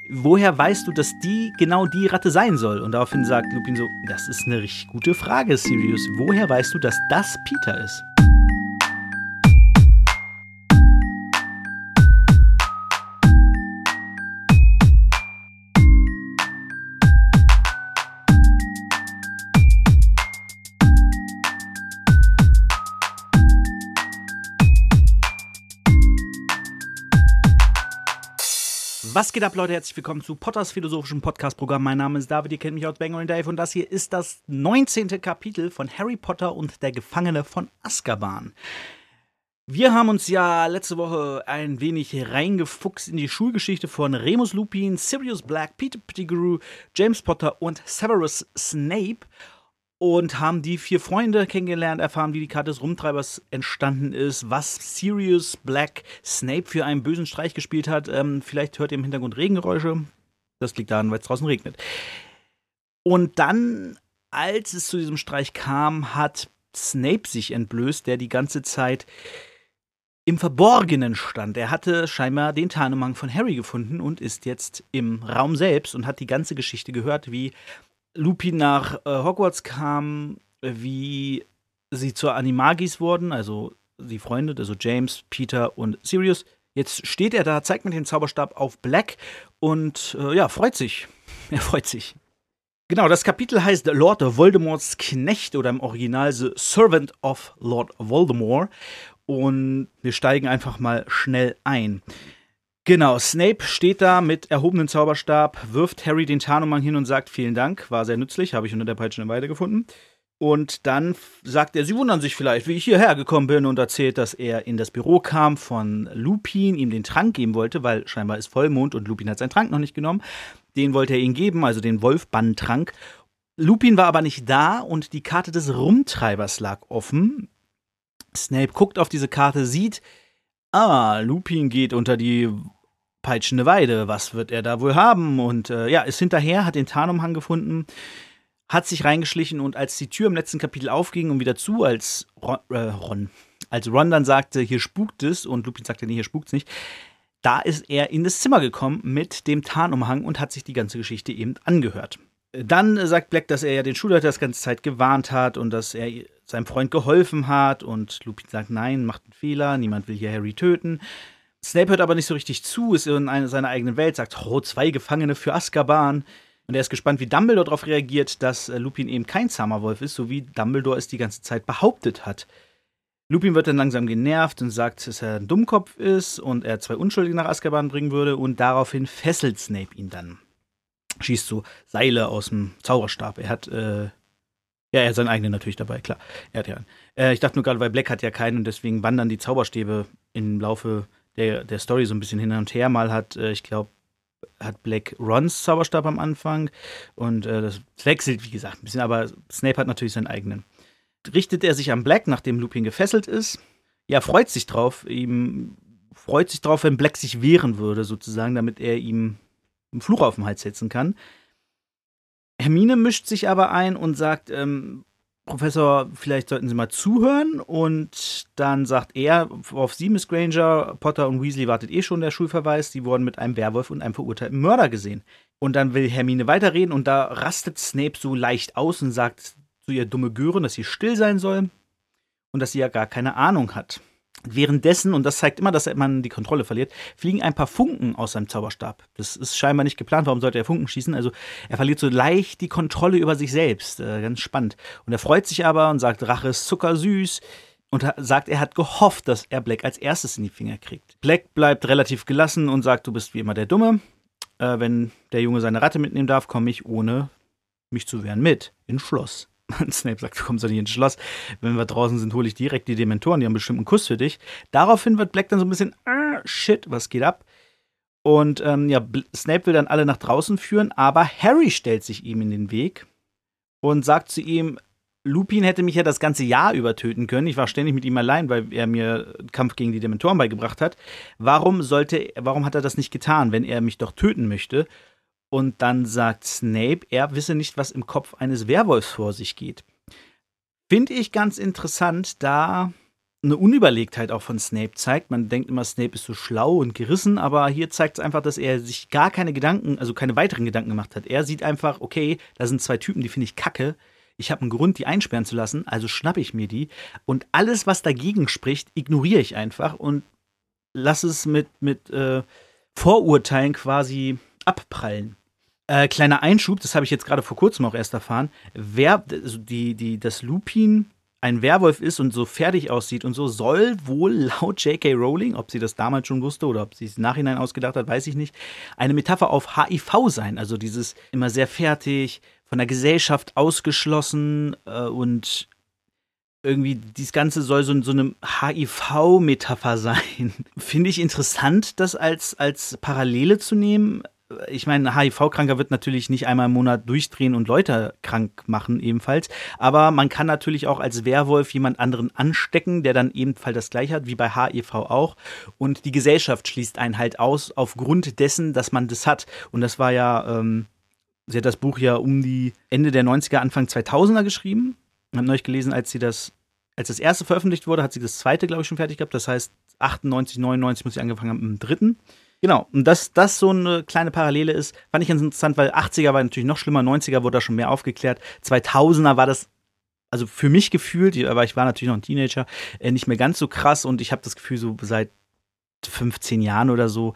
woher weißt du, dass die genau die Ratte sein soll? Und daraufhin sagt Lupin so, das ist eine richtig gute Frage, Sirius. Woher weißt du, dass das Peter ist? Was geht ab, Leute? Herzlich willkommen zu Potters philosophischem Podcast-Programm. Mein Name ist David, ihr kennt mich aus Bang & Dave und das hier ist das 19. Kapitel von Harry Potter und der Gefangene von Azkaban. Wir haben uns ja letzte Woche ein wenig reingefuchst in die Schulgeschichte von Remus Lupin, Sirius Black, Peter Pettigrew, James Potter und Severus Snape und haben die 4 Freunde kennengelernt, erfahren, wie die Karte des Rumtreibers entstanden ist, was Sirius Black Snape für einen bösen Streich gespielt hat. Vielleicht hört ihr im Hintergrund Regengeräusche. Das liegt daran, weil es draußen regnet. Und dann, als es zu diesem Streich kam, hat Snape sich entblößt, der die ganze Zeit im Verborgenen stand. Er hatte scheinbar den Tarnumhang von Harry gefunden und ist jetzt im Raum selbst und hat die ganze Geschichte gehört, wie Lupin nach Hogwarts kam, wie sie zur Animagis wurden, also die Freunde, also James, Peter und Sirius. Jetzt steht er da, zeigt mit dem Zauberstab auf Black und freut sich. Er freut sich. Genau, das Kapitel heißt Lord Voldemorts Knecht oder im Original The Servant of Lord Voldemort. Und wir steigen einfach mal schnell ein. Genau, Snape steht da mit erhobenem Zauberstab, wirft Harry den Tarnumhang hin und sagt, vielen Dank, war sehr nützlich, habe ich unter der peitschenden Weide gefunden. Und dann sagt er, Sie wundern sich vielleicht, wie ich hierher gekommen bin und erzählt, dass er in das Büro kam von Lupin, ihm den Trank geben wollte, weil scheinbar ist Vollmond und Lupin hat seinen Trank noch nicht genommen. Den wollte er ihm geben, also den Wolfbandtrank. Lupin war aber nicht da und die Karte des Rumtreibers lag offen. Snape guckt auf diese Karte, sieht, Lupin geht unter die peitschende Weide, was wird er da wohl haben? Und ist hinterher, hat den Tarnumhang gefunden, hat sich reingeschlichen und als die Tür im letzten Kapitel aufging und wieder zu, als Ron dann sagte, hier spukt es und Lupin sagte, nee, hier spukt's nicht, da ist er in das Zimmer gekommen mit dem Tarnumhang und hat sich die ganze Geschichte eben angehört. Dann sagt Black, dass er ja den Schulleiter das ganze Zeit gewarnt hat und dass er seinem Freund geholfen hat und Lupin sagt, nein, macht einen Fehler, niemand will hier Harry töten. Snape hört aber nicht so richtig zu, ist in seiner eigenen Welt, sagt, 2 Gefangene für Azkaban. Und er ist gespannt, wie Dumbledore darauf reagiert, dass Lupin eben kein Zauberwolf ist, so wie Dumbledore es die ganze Zeit behauptet hat. Lupin wird dann langsam genervt und sagt, dass er ein Dummkopf ist und er 2 Unschuldige nach Azkaban bringen würde und daraufhin fesselt Snape ihn dann. Schießt so Seile aus dem Zauberstab. Er hat seinen eigenen natürlich dabei, klar. Er hat ja einen. Ich dachte nur gerade, weil Black hat ja keinen und deswegen wandern die Zauberstäbe im Laufe der Story so ein bisschen hin und her. Mal hat Black Rons Zauberstab am Anfang und das wechselt, wie gesagt, ein bisschen, aber Snape hat natürlich seinen eigenen. Richtet er sich an Black, nachdem Lupin gefesselt ist. Ja, freut sich drauf, wenn Black sich wehren würde, sozusagen, damit er ihm einen Fluch auf den Hals setzen kann. Hermine mischt sich aber ein und sagt, Professor, vielleicht sollten Sie mal zuhören. Und dann sagt er, auf Sie, Miss Granger, Potter und Weasley wartet schon der Schulverweis. Die wurden mit einem Werwolf und einem verurteilten Mörder gesehen. Und dann will Hermine weiterreden und da rastet Snape so leicht aus und sagt zu ihr dumme Gören, dass sie still sein soll und dass sie ja gar keine Ahnung hat. Währenddessen, und das zeigt immer, dass man die Kontrolle verliert, fliegen ein paar Funken aus seinem Zauberstab. Das ist scheinbar nicht geplant, warum sollte er Funken schießen? Also er verliert so leicht die Kontrolle über sich selbst. Ganz spannend. Und er freut sich aber und sagt, Rache ist zuckersüß. Und sagt, er hat gehofft, dass er Black als erstes in die Finger kriegt. Black bleibt relativ gelassen und sagt, du bist wie immer der Dumme. Wenn der Junge seine Ratte mitnehmen darf, komme ich, ohne mich zu wehren, mit ins Schloss. Und Snape sagt, du kommst doch nicht ins Schloss. Wenn wir draußen sind, hole ich direkt die Dementoren, die haben bestimmt einen Kuss für dich. Daraufhin wird Black dann so ein bisschen, shit, was geht ab? Und Snape will dann alle nach draußen führen, aber Harry stellt sich ihm in den Weg und sagt zu ihm, Lupin hätte mich ja das ganze Jahr über töten können. Ich war ständig mit ihm allein, weil er mir Kampf gegen die Dementoren beigebracht hat. Warum hat er das nicht getan, wenn er mich doch töten möchte? Und dann sagt Snape, er wisse nicht, was im Kopf eines Werwolfs vor sich geht. Finde ich ganz interessant, da eine Unüberlegtheit auch von Snape zeigt. Man denkt immer, Snape ist so schlau und gerissen, aber hier zeigt es einfach, dass er sich gar keine Gedanken, also keine weiteren Gedanken gemacht hat. Er sieht einfach, okay, da sind 2 Typen, die finde ich kacke. Ich habe einen Grund, die einsperren zu lassen, also schnappe ich mir die. Und alles, was dagegen spricht, ignoriere ich einfach und lasse es mit Vorurteilen quasi abprallen. Kleiner Einschub, das habe ich jetzt gerade vor kurzem auch erst erfahren. Dass Lupin ein Werwolf ist und so fertig aussieht und so, soll wohl laut J.K. Rowling, ob sie das damals schon wusste oder ob sie es im Nachhinein ausgedacht hat, weiß ich nicht, eine Metapher auf HIV sein. Also dieses immer sehr fertig, von der Gesellschaft ausgeschlossen und irgendwie dieses Ganze soll so eine HIV-Metapher sein. Finde ich interessant, das als Parallele zu nehmen. Ich meine, ein HIV-Kranker wird natürlich nicht einmal im Monat durchdrehen und Leute krank machen ebenfalls. Aber man kann natürlich auch als Werwolf jemand anderen anstecken, der dann ebenfalls das Gleiche hat, wie bei HIV auch. Und die Gesellschaft schließt einen halt aus, aufgrund dessen, dass man das hat. Und das war ja, sie hat das Buch ja um die Ende der 90er, Anfang 2000er geschrieben. Ich habe neulich gelesen, als das erste veröffentlicht wurde, hat sie das zweite, glaube ich, schon fertig gehabt. Das heißt, 98, 99 muss sie angefangen haben im dritten. Genau, und dass das so eine kleine Parallele ist, fand ich ganz interessant, weil 80er war natürlich noch schlimmer, 90er wurde da schon mehr aufgeklärt, 2000er war das, also für mich gefühlt, aber ich war natürlich noch ein Teenager, nicht mehr ganz so krass und ich habe das Gefühl, so seit 15 Jahren oder so,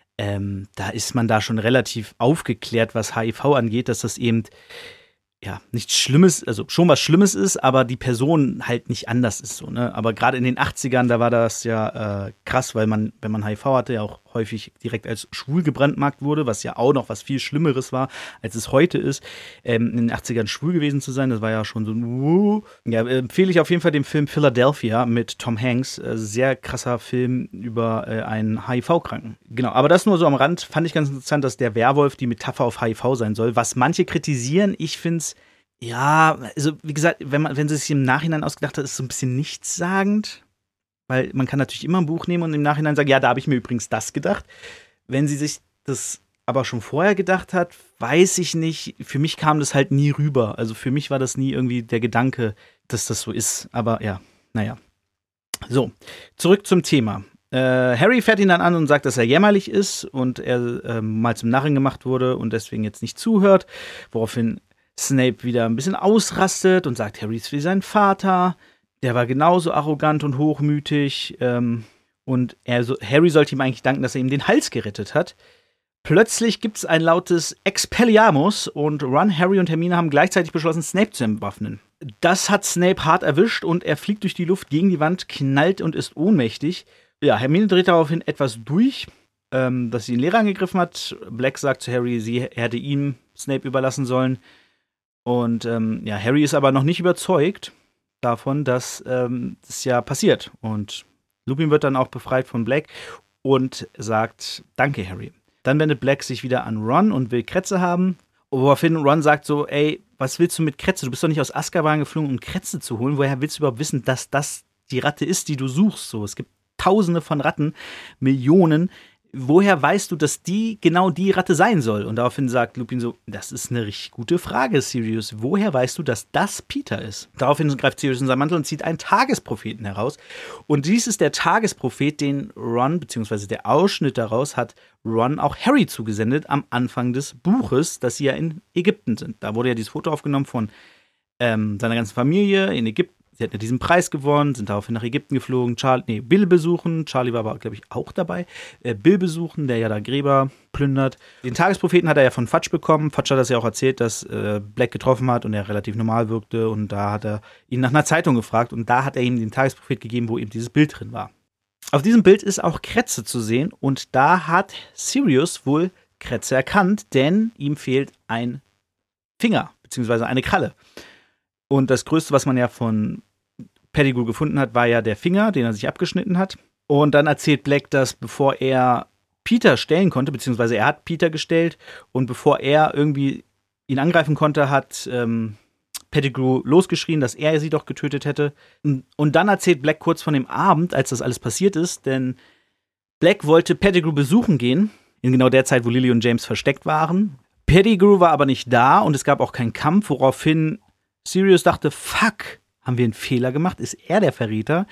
da ist man da schon relativ aufgeklärt, was HIV angeht, dass das eben ja, nichts Schlimmes, also schon was Schlimmes ist, aber die Person halt nicht anders ist so, ne? Aber gerade in den 80ern, da war das ja krass, weil man, wenn man HIV hatte, ja auch häufig direkt als schwul gebrandmarkt wurde, was ja auch noch was viel Schlimmeres war, als es heute ist. In den 80ern schwul gewesen zu sein, das war ja schon so ein Ja, empfehle ich auf jeden Fall den Film Philadelphia mit Tom Hanks. Sehr krasser Film über einen HIV-Kranken. Genau, aber das nur so am Rand. Fand ich ganz interessant, dass der Werwolf die Metapher auf HIV sein soll. Was manche kritisieren, ich finde es ja, also wie gesagt, wenn sie es sich im Nachhinein ausgedacht hat, ist es so ein bisschen nichtssagend. Weil man kann natürlich immer ein Buch nehmen und im Nachhinein sagen, ja, da habe ich mir übrigens das gedacht. Wenn sie sich das aber schon vorher gedacht hat, weiß ich nicht. Für mich kam das halt nie rüber. Also für mich war das nie irgendwie der Gedanke, dass das so ist. Aber ja, naja. So, zurück zum Thema. Harry fährt ihn dann an und sagt, dass er jämmerlich ist und er mal zum Narren gemacht wurde und deswegen jetzt nicht zuhört. Woraufhin Snape wieder ein bisschen ausrastet und sagt, Harry ist wie sein Vater. Der war genauso arrogant und hochmütig. Und Harry sollte ihm eigentlich danken, dass er ihm den Hals gerettet hat. Plötzlich gibt es ein lautes Expelliarmus und Ron, Harry und Hermine haben gleichzeitig beschlossen, Snape zu entwaffnen. Das hat Snape hart erwischt und er fliegt durch die Luft gegen die Wand, knallt und ist ohnmächtig. Ja, Hermine dreht daraufhin etwas durch, dass sie den Lehrer angegriffen hat. Black sagt zu Harry, sie hätte ihm Snape überlassen sollen. Und ja, Harry ist aber noch nicht überzeugt davon, dass das ja passiert. Und Lupin wird dann auch befreit von Black und sagt, danke, Harry. Dann wendet Black sich wieder an Ron und will Kretze haben. Woraufhin Ron sagt so, ey, was willst du mit Kretze? Du bist doch nicht aus Azkaban geflogen, um Kretze zu holen. Woher willst du überhaupt wissen, dass das die Ratte ist, die du suchst? So, es gibt Tausende von Ratten, Millionen. Woher weißt du, dass die genau die Ratte sein soll? Und daraufhin sagt Lupin so, das ist eine richtig gute Frage, Sirius. Woher weißt du, dass das Peter ist? Daraufhin greift Sirius in seinen Mantel und zieht einen Tagespropheten heraus. Und dies ist der Tagesprophet, den Ron, beziehungsweise der Ausschnitt daraus, hat Ron auch Harry zugesendet am Anfang des Buches, dass sie ja in Ägypten sind. Da wurde ja dieses Foto aufgenommen von seiner ganzen Familie in Ägypten. Sie hatten ja diesen Preis gewonnen, sind daraufhin nach Ägypten geflogen, Bill besuchen. Charlie war aber, glaube ich, auch dabei. Bill besuchen, der ja da Gräber plündert. Den Tagespropheten hat er ja von Fudge bekommen. Fudge hat das ja auch erzählt, dass Black getroffen hat und er relativ normal wirkte. Und da hat er ihn nach einer Zeitung gefragt. Und da hat er ihm den Tagesprophet gegeben, wo eben dieses Bild drin war. Auf diesem Bild ist auch Kretze zu sehen. Und da hat Sirius wohl Kretze erkannt, denn ihm fehlt ein Finger, beziehungsweise eine Kralle. Und das Größte, was man ja von Pettigrew gefunden hat, war ja der Finger, den er sich abgeschnitten hat. Und dann erzählt Black, dass bevor er Peter stellen konnte, beziehungsweise er hat Peter gestellt, und bevor er irgendwie ihn angreifen konnte, hat Pettigrew losgeschrien, dass er sie doch getötet hätte. Und dann erzählt Black kurz von dem Abend, als das alles passiert ist, denn Black wollte Pettigrew besuchen gehen, in genau der Zeit, wo Lily und James versteckt waren. Pettigrew war aber nicht da und es gab auch keinen Kampf, woraufhin Sirius dachte, fuck, haben wir einen Fehler gemacht? Ist er der Verräter?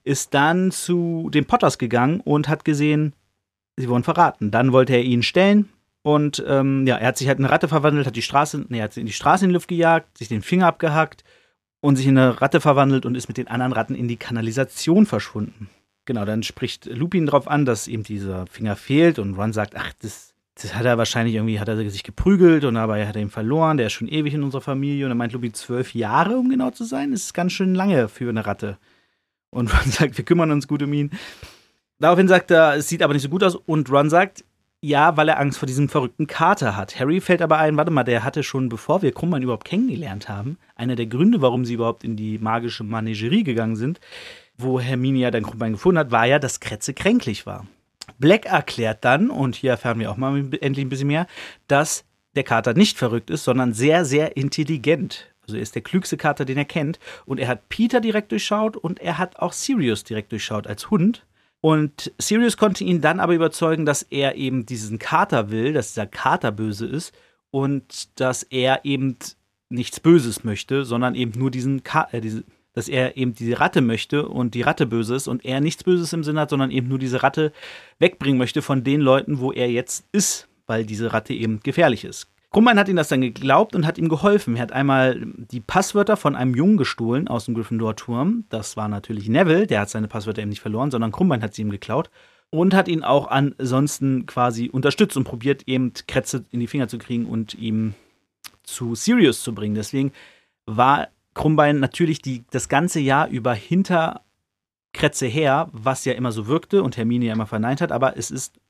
ist dann zu den Potters gegangen und hat gesehen, sie wurden verraten. Dann wollte er ihn stellen und er hat sich halt in eine Ratte verwandelt, hat hat in die Straße in die Luft gejagt, sich den Finger abgehackt und sich in eine Ratte verwandelt und ist mit den anderen Ratten in die Kanalisation verschwunden. Genau, dann spricht Lupin darauf an, dass ihm dieser Finger fehlt und Ron sagt, ach, das hat er wahrscheinlich irgendwie, hat er sich geprügelt und dabei hat er ihn verloren, der ist schon ewig in unserer Familie und dann meint Lupin 12 Jahre, um genau zu sein, das ist ganz schön lange für eine Ratte. Und Ron sagt, wir kümmern uns gut um ihn. Daraufhin sagt er, es sieht aber nicht so gut aus und Ron sagt, ja, weil er Angst vor diesem verrückten Kater hat. Harry fällt aber ein, warte mal, der hatte schon, bevor wir Krummbein überhaupt kennengelernt haben, einer der Gründe, warum sie überhaupt in die magische Menagerie gegangen sind, wo Hermine ja dann Krummbein gefunden hat, war ja, dass Kretze kränklich war. Black erklärt dann, und hier erfahren wir auch mal endlich ein bisschen mehr, dass der Kater nicht verrückt ist, sondern sehr, sehr intelligent. Also er ist der klügste Kater, den er kennt. Und er hat Peter direkt durchschaut und er hat auch Sirius direkt durchschaut als Hund. Und Sirius konnte ihn dann aber überzeugen, dass er eben diesen Kater will, dass dieser Kater böse ist und dass er eben nichts Böses möchte, sondern eben nur dass er eben diese Ratte möchte und die Ratte böse ist und er nichts Böses im Sinn hat, sondern eben nur diese Ratte wegbringen möchte von den Leuten, wo er jetzt ist, weil diese Ratte eben gefährlich ist. Krummbein hat ihm das dann geglaubt und hat ihm geholfen. Er hat einmal die Passwörter von einem Jungen gestohlen aus dem Gryffindor-Turm. Das war natürlich Neville, der hat seine Passwörter eben nicht verloren, sondern Krummbein hat sie ihm geklaut. Und hat ihn auch ansonsten quasi unterstützt und probiert eben Kretze in die Finger zu kriegen und ihm zu Sirius zu bringen. Deswegen war Krummbein natürlich das ganze Jahr über hinter Kretze her, was ja immer so wirkte und Hermine ja immer verneint hat, aber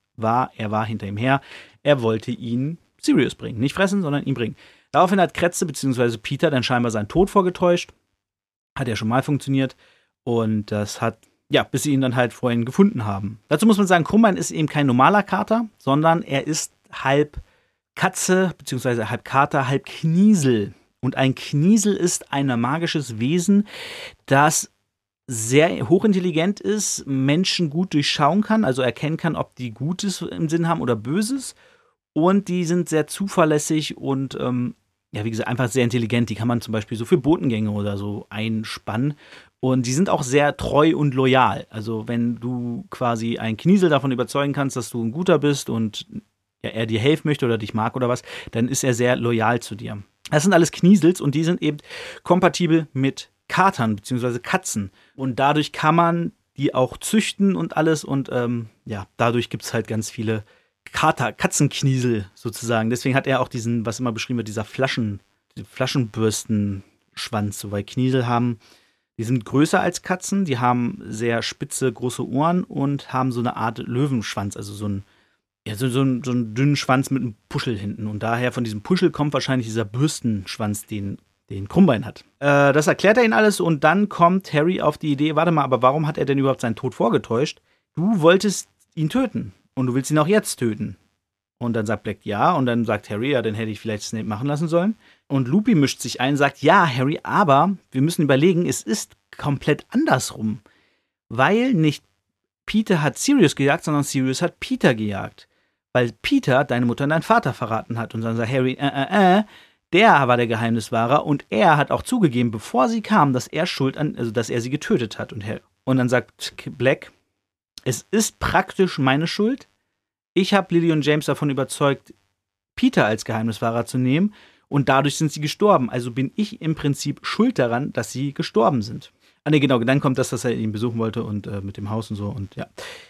er war hinter ihm her. Er wollte ihn Sirius bringen. Nicht fressen, sondern ihn bringen. Daraufhin hat Kretze bzw. Peter dann scheinbar seinen Tod vorgetäuscht. Hat ja schon mal funktioniert. Und das hat, bis sie ihn dann halt vorhin gefunden haben. Dazu muss man sagen, Krummbein ist eben kein normaler Kater, sondern er ist halb Katze bzw. halb Kater, halb Kniesel. Und ein Kniesel ist ein magisches Wesen, das sehr hochintelligent ist, Menschen gut durchschauen kann, also erkennen kann, ob die Gutes im Sinn haben oder Böses. Und die sind sehr zuverlässig und, wie gesagt, einfach sehr intelligent. Die kann man zum Beispiel so für Botengänge oder so einspannen. Und die sind auch sehr treu und loyal. Also wenn du quasi einen Kniesel davon überzeugen kannst, dass du ein Guter bist und er dir helfen möchte oder dich mag oder was, dann ist er sehr loyal zu dir. Das sind alles Kniesels und die sind eben kompatibel mit Katern bzw. Katzen. Und dadurch kann man die auch züchten und alles. Und dadurch gibt es halt ganz viele Katzenkniesel sozusagen. Deswegen hat er auch diesen, was immer beschrieben wird, dieser Flaschenbürstenschwanz. So, weil Kniesel die sind größer als Katzen, die haben sehr spitze, große Ohren und haben so eine Art Löwenschwanz, also so einen dünnen Schwanz mit einem Puschel hinten. Und daher von diesem Puschel kommt wahrscheinlich dieser Bürstenschwanz, den Krummbein hat. Das erklärt er ihnen alles und dann kommt Harry auf die Idee, warte mal, aber warum hat er denn überhaupt seinen Tod vorgetäuscht? Du wolltest ihn töten und du willst ihn auch jetzt töten. Und dann sagt Black ja und dann sagt Harry, ja, dann hätte ich vielleicht Snape machen lassen sollen. Und Lupin mischt sich ein, sagt, ja, Harry, aber wir müssen überlegen, es ist komplett andersrum. Weil nicht Peter hat Sirius gejagt, sondern Sirius hat Peter gejagt. Weil Peter deine Mutter und deinen Vater verraten hat. Und dann sagt Harry, der war der Geheimniswahrer und er hat auch zugegeben, bevor sie kam, dass er dass er sie getötet hat. Und dann sagt Black, es ist praktisch meine Schuld. Ich habe Lily und James davon überzeugt, Peter als Geheimniswahrer zu nehmen und dadurch sind sie gestorben. Also bin ich im Prinzip schuld daran, dass sie gestorben sind. Genau, dann kommt das, dass er ihn besuchen wollte und mit dem Haus und so und ja.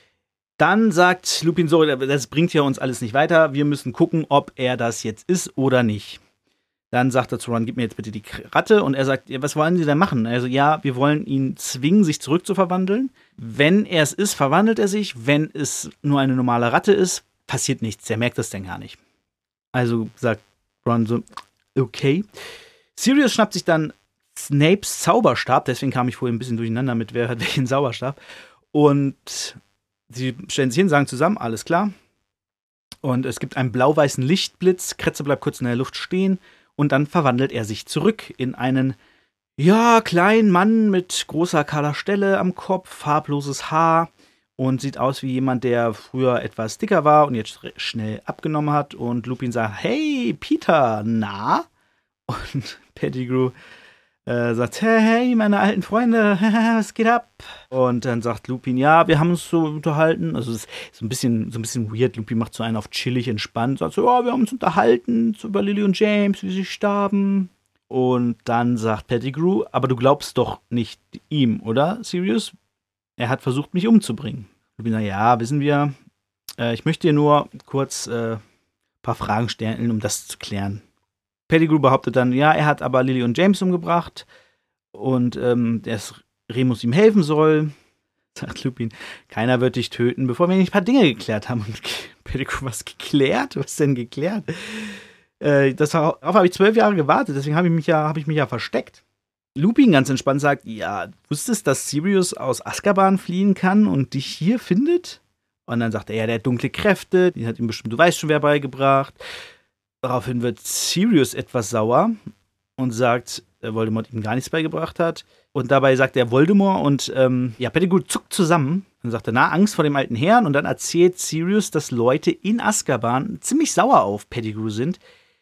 Dann sagt Lupin so, das bringt ja uns alles nicht weiter. Wir müssen gucken, ob er das jetzt ist oder nicht. Dann sagt er zu Ron, gib mir jetzt bitte die Ratte. Und er sagt, ja, was wollen Sie denn machen? Also ja, wir wollen ihn zwingen, sich zurückzuverwandeln. Wenn er es ist, verwandelt er sich. Wenn es nur eine normale Ratte ist, passiert nichts. Der merkt das denn gar nicht. Also sagt Ron so, okay. Sirius schnappt sich dann Snapes Zauberstab. Deswegen kam ich vorhin ein bisschen durcheinander mit, wer hat welchen Zauberstab. Und sie stellen sich hin, sagen zusammen, alles klar. Und es gibt einen blau-weißen Lichtblitz. Kretze bleibt kurz in der Luft stehen. Und dann verwandelt er sich zurück in einen, kleinen Mann mit großer kahler Stelle am Kopf, farbloses Haar und sieht aus wie jemand, der früher etwas dicker war und jetzt schnell abgenommen hat. Und Lupin sagt, hey, Peter, na? Und Pettigrew sagt, hey, meine alten Freunde, was geht ab? Und dann sagt Lupin, ja, wir haben uns so unterhalten. Also es ist so ein bisschen weird. Lupin macht so einen auf chillig, entspannt. Sagt so, ja, wir haben uns unterhalten so über Lily und James, wie sie starben. Und dann sagt Pettigrew, aber du glaubst doch nicht ihm, oder, Sirius? Er hat versucht, mich umzubringen. Lupin sagt, ja, wissen wir. Ich möchte dir nur kurz ein paar Fragen stellen, um das zu klären. Pettigrew behauptet dann, ja, er hat aber Lily und James umgebracht und dass Remus ihm helfen soll. Sagt Lupin, keiner wird dich töten, bevor wir nicht ein paar Dinge geklärt haben. Und Pettigrew, was geklärt? Was denn geklärt? Darauf habe ich 12 Jahre gewartet, deswegen habe ich mich ja versteckt. Lupin ganz entspannt sagt, ja, wusstest, dass Sirius aus Azkaban fliehen kann und dich hier findet? Und dann sagt er, ja, der hat dunkle Kräfte, die hat ihm bestimmt, du weißt schon, wer beigebracht. Daraufhin wird Sirius etwas sauer und sagt, Voldemort ihm gar nichts beigebracht hat. Und dabei sagt er Voldemort und Pettigrew zuckt zusammen und sagt, na, Angst vor dem alten Herrn. Und dann erzählt Sirius, dass Leute in Azkaban ziemlich sauer auf Pettigrew sind,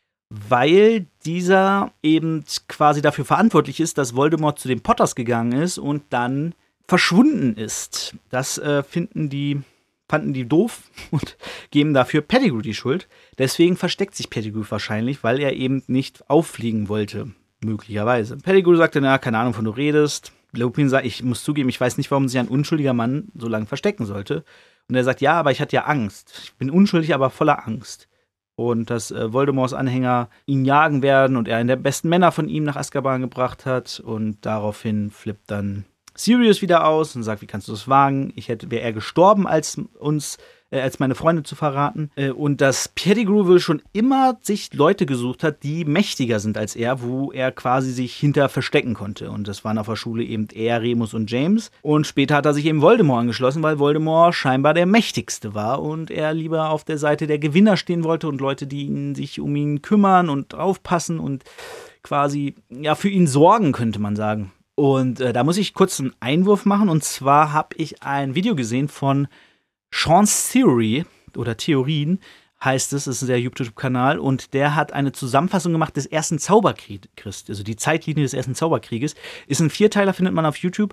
weil dieser eben quasi dafür verantwortlich ist, dass Voldemort zu den Potters gegangen ist und dann verschwunden ist. Das fanden die doof und geben dafür Pettigrew die Schuld. Deswegen versteckt sich Pettigrew wahrscheinlich, weil er eben nicht auffliegen wollte, möglicherweise. Pettigrew sagte, na, keine Ahnung, wovon du redest. Lupin sagt, ich muss zugeben, ich weiß nicht, warum sich ein unschuldiger Mann so lange verstecken sollte. Und er sagt, ja, aber ich hatte ja Angst. Ich bin unschuldig, aber voller Angst. Und dass Voldemorts Anhänger ihn jagen werden und er einen der besten Männer von ihm nach Azkaban gebracht hat. Und daraufhin flippt dann Sirius wieder aus und sagt, wie kannst du das wagen? Wäre er gestorben, als meine Freunde zu verraten. Und dass Pettigrew wohl schon immer sich Leute gesucht hat, die mächtiger sind als er, wo er quasi sich hinter verstecken konnte. Und das waren auf der Schule eben er, Remus und James. Und später hat er sich eben Voldemort angeschlossen, weil Voldemort scheinbar der mächtigste war und er lieber auf der Seite der Gewinner stehen wollte und Leute, die sich um ihn kümmern und aufpassen und quasi ja für ihn sorgen, könnte man sagen. Und da muss ich kurz einen Einwurf machen. Und zwar habe ich ein Video gesehen von Sean's Theory oder Theorien, heißt es. Das ist der YouTube-Kanal. Und der hat eine Zusammenfassung gemacht des ersten Zauberkriegs. Also die Zeitlinie des ersten Zauberkrieges. Ist ein Vierteiler, findet man auf YouTube.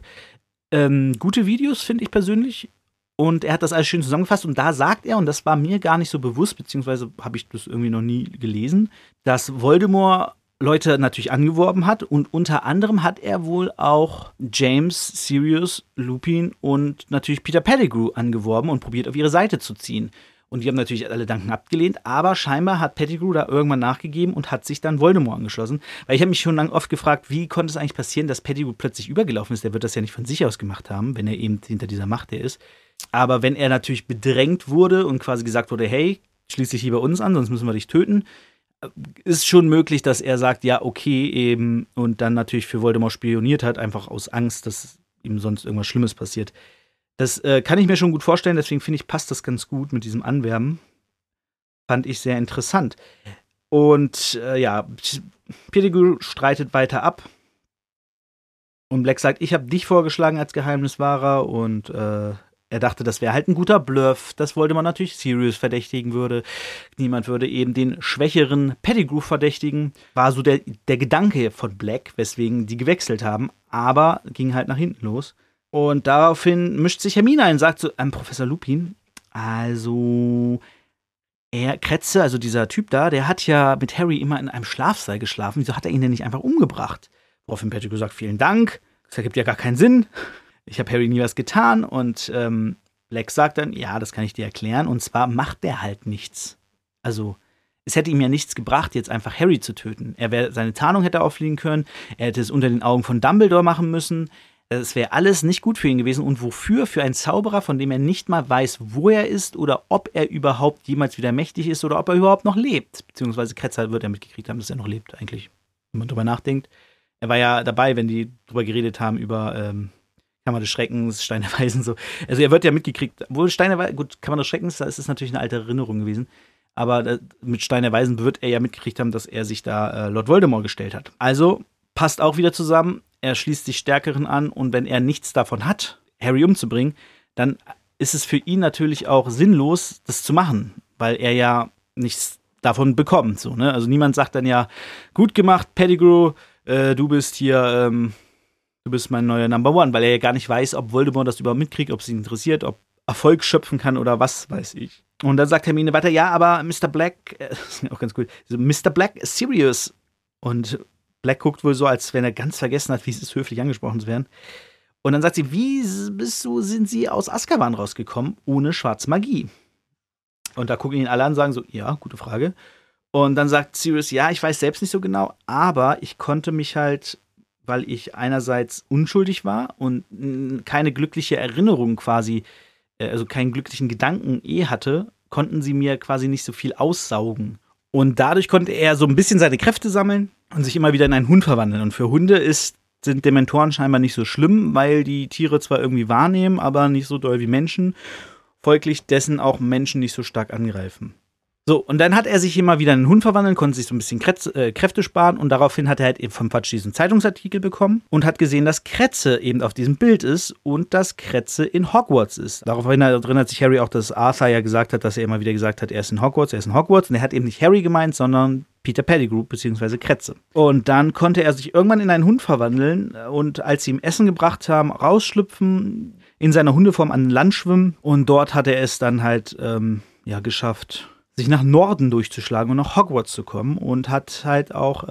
Gute Videos, finde ich persönlich. Und er hat das alles schön zusammengefasst. Und da sagt er, und das war mir gar nicht so bewusst, beziehungsweise habe ich das irgendwie noch nie gelesen, dass Voldemort Leute natürlich angeworben hat und unter anderem hat er wohl auch James, Sirius, Lupin und natürlich Peter Pettigrew angeworben und probiert auf ihre Seite zu ziehen. Und die haben natürlich alle Danken abgelehnt, aber scheinbar hat Pettigrew da irgendwann nachgegeben und hat sich dann Voldemort angeschlossen. Weil ich habe mich schon oft gefragt, wie konnte es eigentlich passieren, dass Pettigrew plötzlich übergelaufen ist? Der wird das ja nicht von sich aus gemacht haben, wenn er eben hinter dieser Macht ist. Aber wenn er natürlich bedrängt wurde und quasi gesagt wurde, hey, schließ dich lieber uns an, sonst müssen wir dich töten, ist schon möglich, dass er sagt, ja, okay, eben, und dann natürlich für Voldemort spioniert hat, einfach aus Angst, dass ihm sonst irgendwas Schlimmes passiert. Das kann ich mir schon gut vorstellen, deswegen finde ich, passt das ganz gut mit diesem Anwerben. Fand ich sehr interessant. Und Pettigrew streitet weiter ab. Und Black sagt, ich habe dich vorgeschlagen als Geheimniswahrer und er dachte, das wäre halt ein guter Bluff, dass Voldemort natürlich Sirius verdächtigen würde. Niemand würde eben den schwächeren Pettigrew verdächtigen. War so der Gedanke von Black, weswegen die gewechselt haben. Aber ging halt nach hinten los. Und daraufhin mischt sich Hermine ein und sagt zu Professor Lupin, also Kretze, also dieser Typ da, der hat ja mit Harry immer in einem Schlafsaal geschlafen. Wieso hat er ihn denn nicht einfach umgebracht? Woraufhin Pettigrew sagt, vielen Dank. Das ergibt ja gar keinen Sinn. Ich habe Harry nie was getan und Black sagt dann, ja, das kann ich dir erklären. Und zwar macht der halt nichts. Also, es hätte ihm ja nichts gebracht, jetzt einfach Harry zu töten. Seine Tarnung hätte auffliegen können, er hätte es unter den Augen von Dumbledore machen müssen. Es wäre alles nicht gut für ihn gewesen. Und wofür? Für einen Zauberer, von dem er nicht mal weiß, wo er ist oder ob er überhaupt jemals wieder mächtig ist oder ob er überhaupt noch lebt. Beziehungsweise Kretzer wird er mitgekriegt haben, dass er noch lebt eigentlich, wenn man drüber nachdenkt. Er war ja dabei, wenn die drüber geredet haben, über Kammer des Schreckens, Stein der Weisen, so. Also er wird ja mitgekriegt, wohl Stein der Weisen, gut, Kammer des Schreckens, da ist es natürlich eine alte Erinnerung gewesen, aber mit Stein der Weisen wird er ja mitgekriegt haben, dass er sich da Lord Voldemort gestellt hat. Also passt auch wieder zusammen, er schließt sich Stärkeren an und wenn er nichts davon hat, Harry umzubringen, dann ist es für ihn natürlich auch sinnlos, das zu machen, weil er ja nichts davon bekommt, so, ne? Also niemand sagt dann ja, gut gemacht, Pettigrew, du bist hier, du bist mein neuer Number One, weil er ja gar nicht weiß, ob Voldemort das überhaupt mitkriegt, ob es ihn interessiert, ob Erfolg schöpfen kann oder was weiß ich. Und dann sagt Hermine weiter, ja, aber Mr. Black, das ist auch ganz cool, so, Mr. Black is serious. Und Black guckt wohl so, als wenn er ganz vergessen hat, wie es ist, höflich angesprochen zu werden. Und dann sagt sie, wie sind Sie aus Azkaban rausgekommen, ohne schwarze Magie? Und da gucken ihn alle an und sagen so, ja, gute Frage. Und dann sagt Sirius, ja, ich weiß selbst nicht so genau, aber ich konnte mich halt, weil ich einerseits unschuldig war und keine glückliche Erinnerung quasi, also keinen glücklichen Gedanken hatte, konnten sie mir quasi nicht so viel aussaugen. Und dadurch konnte er so ein bisschen seine Kräfte sammeln und sich immer wieder in einen Hund verwandeln. Und für Hunde sind Dementoren scheinbar nicht so schlimm, weil die Tiere zwar irgendwie wahrnehmen, aber nicht so doll wie Menschen. Folglich dessen auch Menschen nicht so stark angreifen. So, und dann hat er sich immer wieder in einen Hund verwandelt, konnte sich so ein bisschen Kräfte sparen und daraufhin hat er halt eben vom Fatsch diesen Zeitungsartikel bekommen und hat gesehen, dass Kretze eben auf diesem Bild ist und dass Kretze in Hogwarts ist. Daraufhin erinnert sich Harry auch, dass Arthur ja gesagt hat, dass er immer wieder gesagt hat, er ist in Hogwarts und er hat eben nicht Harry gemeint, sondern Peter Pettigrew bzw. Kretze. Und dann konnte er sich irgendwann in einen Hund verwandeln und als sie ihm Essen gebracht haben, rausschlüpfen, in seiner Hundeform an Land schwimmen und dort hat er es dann halt geschafft, sich nach Norden durchzuschlagen und nach Hogwarts zu kommen und hat halt auch,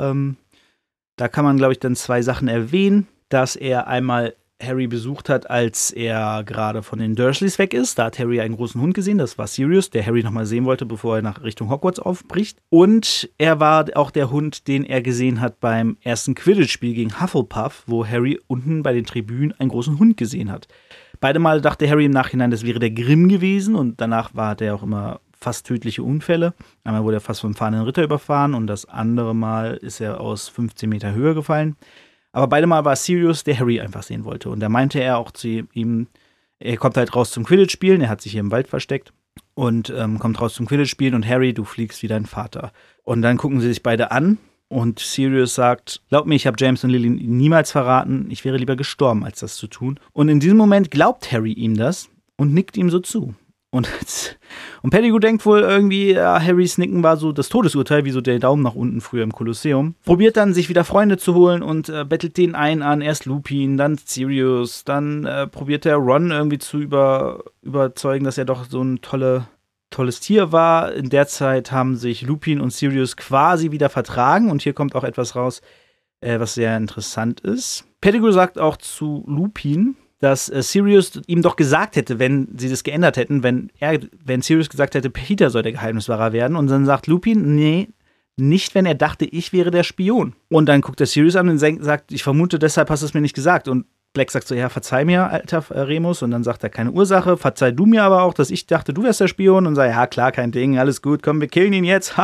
da kann man, glaube ich, dann 2 Sachen erwähnen, dass er einmal Harry besucht hat, als er gerade von den Dursleys weg ist. Da hat Harry einen großen Hund gesehen, das war Sirius, der Harry nochmal sehen wollte, bevor er nach Richtung Hogwarts aufbricht. Und er war auch der Hund, den er gesehen hat beim ersten Quidditch-Spiel gegen Hufflepuff, wo Harry unten bei den Tribünen einen großen Hund gesehen hat. Beide Mal dachte Harry im Nachhinein, das wäre der Grimm gewesen und danach hat er auch immer fast tödliche Unfälle. Einmal wurde er fast vom fahrenden Ritter überfahren und das andere Mal ist er aus 15 Meter Höhe gefallen. Aber beide Mal war es Sirius, der Harry einfach sehen wollte. Und da meinte er auch zu ihm, er kommt halt raus zum Quidditch-Spielen, er hat sich hier im Wald versteckt und kommt raus zum Quidditch-Spielen und Harry, du fliegst wie dein Vater. Und dann gucken sie sich beide an und Sirius sagt, glaub mir, ich habe James und Lily niemals verraten, ich wäre lieber gestorben, als das zu tun. Und in diesem Moment glaubt Harry ihm das und nickt ihm so zu. Und Pettigrew denkt wohl irgendwie, Harrys Nicken war so das Todesurteil, wie so der Daumen nach unten früher im Kolosseum. Probiert dann, sich wieder Freunde zu holen und bettelt den einen an. Erst Lupin, dann Sirius, dann probiert er Ron irgendwie zu überzeugen, dass er doch so ein tolles Tier war. In der Zeit haben sich Lupin und Sirius quasi wieder vertragen. Und hier kommt auch etwas raus, was sehr interessant ist. Pettigrew sagt auch zu Lupin, dass Sirius ihm doch gesagt hätte, wenn sie das geändert hätten, wenn Sirius gesagt hätte, Peter soll der Geheimniswahrer werden. Und dann sagt Lupin, nee, nicht, wenn er dachte, ich wäre der Spion. Und dann guckt er Sirius an und sagt, ich vermute, deshalb hast du es mir nicht gesagt. Und Black sagt so, ja, verzeih mir, alter Remus. Und dann sagt er, keine Ursache, verzeih du mir aber auch, dass ich dachte, du wärst der Spion. Und sagt, ja, klar, kein Ding, alles gut, komm, wir killen ihn jetzt.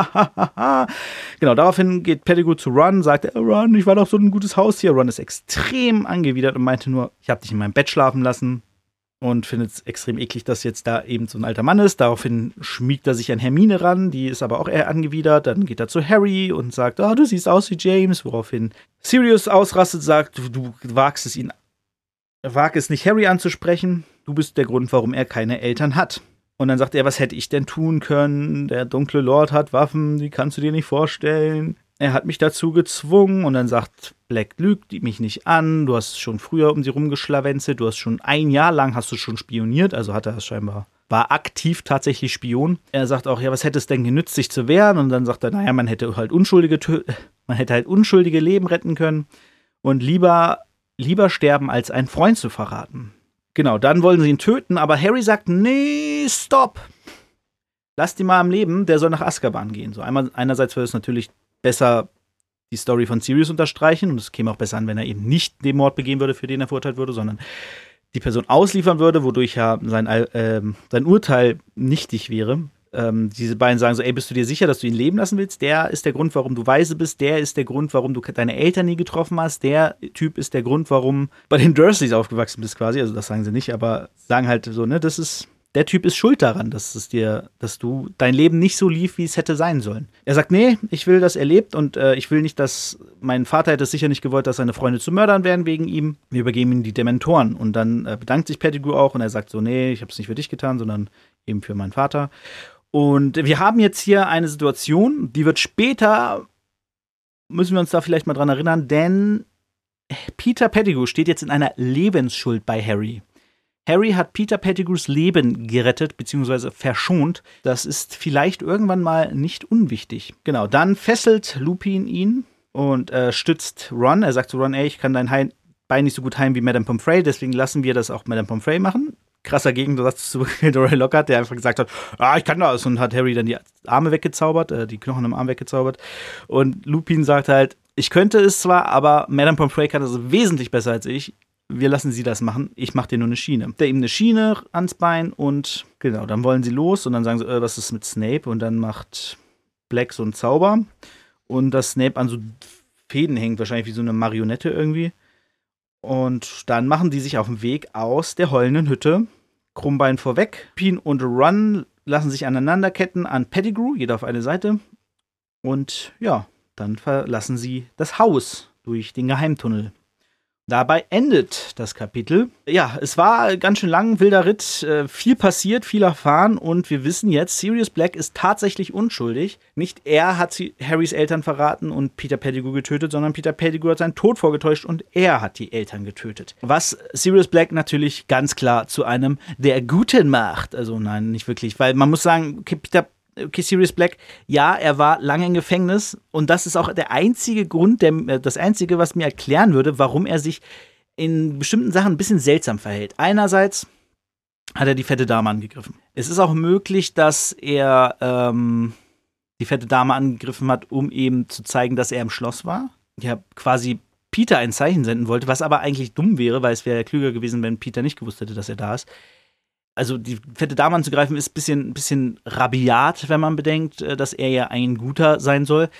Genau, daraufhin geht Pettigrew zu Ron, sagt, Ron, ich war doch so ein gutes Haustier. Ron ist extrem angewidert und meinte nur, ich habe dich in meinem Bett schlafen lassen. Und findet es extrem eklig, dass jetzt da eben so ein alter Mann ist. Daraufhin schmiegt er sich an Hermine ran, die ist aber auch eher angewidert. Dann geht er zu Harry und sagt, du siehst aus wie James. Woraufhin Sirius ausrastet, sagt, du wagst es nicht, Harry anzusprechen. Du bist der Grund, warum er keine Eltern hat. Und dann sagt er, was hätte ich denn tun können? Der dunkle Lord hat Waffen, die kannst du dir nicht vorstellen. Er hat mich dazu gezwungen. Und dann sagt Black, lügt mich nicht an. Du hast schon früher um sie rumgeschlawenzelt. Du hast schon 1 Jahr lang hast du schon spioniert. Also hat er es scheinbar, war aktiv tatsächlich Spion. Er sagt auch, ja, was hätte es denn genützt, sich zu wehren? Und dann sagt er, naja, man hätte halt unschuldige Leben retten können. Und lieber sterben, als einen Freund zu verraten. Genau, dann wollen sie ihn töten, aber Harry sagt, nee, stopp. Lasst ihn mal am Leben, der soll nach Azkaban gehen. So einerseits würde es natürlich besser die Story von Sirius unterstreichen und es käme auch besser an, wenn er eben nicht den Mord begehen würde, für den er verurteilt würde, sondern die Person ausliefern würde, wodurch ja sein Urteil nichtig wäre. Diese beiden sagen so, ey, bist du dir sicher, dass du ihn leben lassen willst? Der ist der Grund, warum du weise bist. Der ist der Grund, warum du deine Eltern nie getroffen hast. Der Typ ist der Grund, warum bei den Dursleys aufgewachsen bist quasi. Also das sagen sie nicht, aber sagen halt so, ne, der Typ ist schuld daran, dass du dein Leben nicht so lief, wie es hätte sein sollen. Er sagt, nee, ich will, dass er lebt und ich will nicht, dass mein Vater hätte es sicher nicht gewollt, dass seine Freunde zu Mördern werden wegen ihm. Wir übergeben ihm die Dementoren. Und dann bedankt sich Pettigrew auch und er sagt so, nee, ich habe es nicht für dich getan, sondern eben für meinen Vater. Und wir haben jetzt hier eine Situation, die wird später müssen wir uns da vielleicht mal dran erinnern, denn Peter Pettigrew steht jetzt in einer Lebensschuld bei Harry. Harry hat Peter Pettigrews Leben gerettet bzw. verschont. Das ist vielleicht irgendwann mal nicht unwichtig. Genau, dann fesselt Lupin ihn und stützt Ron. Er sagt zu Ron, ey, ich kann dein Bein nicht so gut heilen wie Madame Pomfrey, deswegen lassen wir das auch Madame Pomfrey machen. Krasser Gegensatz zu Gilderoy Lockhart, der einfach gesagt hat, ich kann das, und hat Harry dann die Arme weggezaubert, die Knochen im Arm weggezaubert. Und Lupin sagt halt, ich könnte es zwar, aber Madame Pomfrey kann das wesentlich besser als ich. Wir lassen sie das machen, ich mach dir nur eine Schiene. Der ihm eine Schiene ans Bein und genau, dann wollen sie los und dann sagen sie, was ist mit Snape? Und dann macht Black so einen Zauber und dass Snape an so Fäden hängt, wahrscheinlich wie so eine Marionette irgendwie. Und dann machen die sich auf den Weg aus der heulenden Hütte. Krummbein vorweg. Lupin und Ron lassen sich aneinanderketten an Pettigrew, jeder auf eine Seite. Und ja, dann verlassen sie das Haus durch den Geheimtunnel. Dabei endet das Kapitel. Ja, es war ganz schön lang, wilder Ritt, viel passiert, viel erfahren und wir wissen jetzt, Sirius Black ist tatsächlich unschuldig. Nicht er hat Harrys Eltern verraten und Peter Pettigrew getötet, sondern Peter Pettigrew hat seinen Tod vorgetäuscht und er hat die Eltern getötet. Was Sirius Black natürlich ganz klar zu einem der Guten macht. Also nein, nicht wirklich, weil man muss sagen, Sirius Black, ja, er war lange im Gefängnis und das ist auch der einzige Grund, das einzige, was mir erklären würde, warum er sich in bestimmten Sachen ein bisschen seltsam verhält. Einerseits hat er die fette Dame angegriffen. Es ist auch möglich, dass er die fette Dame angegriffen hat, um eben zu zeigen, dass er im Schloss war. Ja, quasi Peter ein Zeichen senden wollte, was aber eigentlich dumm wäre, weil es wäre ja klüger gewesen, wenn Peter nicht gewusst hätte, dass er da ist. Also die fette Dame anzugreifen ist ein bisschen rabiat, wenn man bedenkt, dass er ja ein Guter sein soll.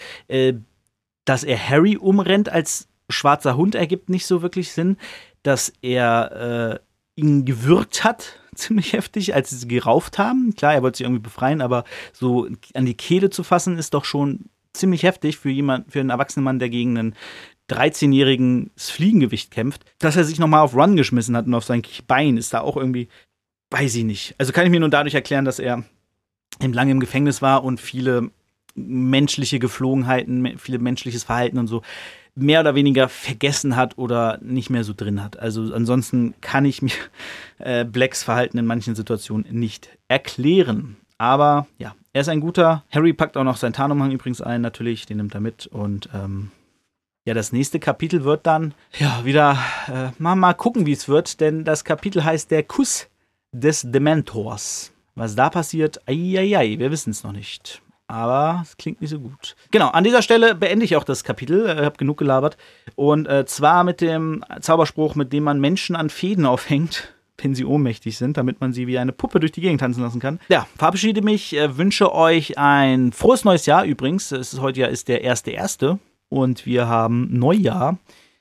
Dass er Harry umrennt als schwarzer Hund ergibt nicht so wirklich Sinn. Dass er ihn gewürgt hat, ziemlich heftig, als sie sie gerauft haben. Klar, er wollte sie irgendwie befreien, aber so an die Kehle zu fassen, ist doch schon ziemlich heftig für einen erwachsenen Mann, der gegen einen 13-jährigen Fliegengewicht kämpft. Dass er sich nochmal auf Ron geschmissen hat und auf sein Bein, ist da auch irgendwie, weiß ich nicht. Also kann ich mir nur dadurch erklären, dass er lange im Gefängnis war und viele menschliche Geflogenheiten, viel menschliches Verhalten und so mehr oder weniger vergessen hat oder nicht mehr so drin hat. Also ansonsten kann ich mir Blacks Verhalten in manchen Situationen nicht erklären. Aber ja, er ist ein guter. Harry packt auch noch seinen Tarnumhang übrigens ein, natürlich, den nimmt er mit. Und ja, das nächste Kapitel wird dann wieder mal gucken, wie es wird, denn das Kapitel heißt Der Kuss des Dementors. Was da passiert, wir wissen es noch nicht. Aber es klingt nicht so gut. Genau, an dieser Stelle beende ich auch das Kapitel. Ich habe genug gelabert. Und zwar mit dem Zauberspruch, mit dem man Menschen an Fäden aufhängt, wenn sie ohnmächtig sind, damit man sie wie eine Puppe durch die Gegend tanzen lassen kann. Ja, verabschiede mich, wünsche euch ein frohes neues Jahr übrigens. Heute ist der 1.1. und wir haben Neujahr.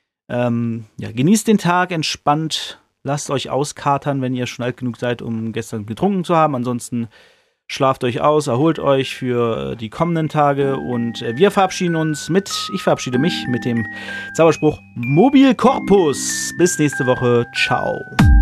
Genießt den Tag, entspannt. Lasst euch auskatern, wenn ihr schon alt genug seid, um gestern getrunken zu haben. Ansonsten schlaft euch aus, erholt euch für die kommenden Tage. Und ich verabschiede mich mit dem Zauberspruch Mobil Corpus. Bis nächste Woche. Ciao.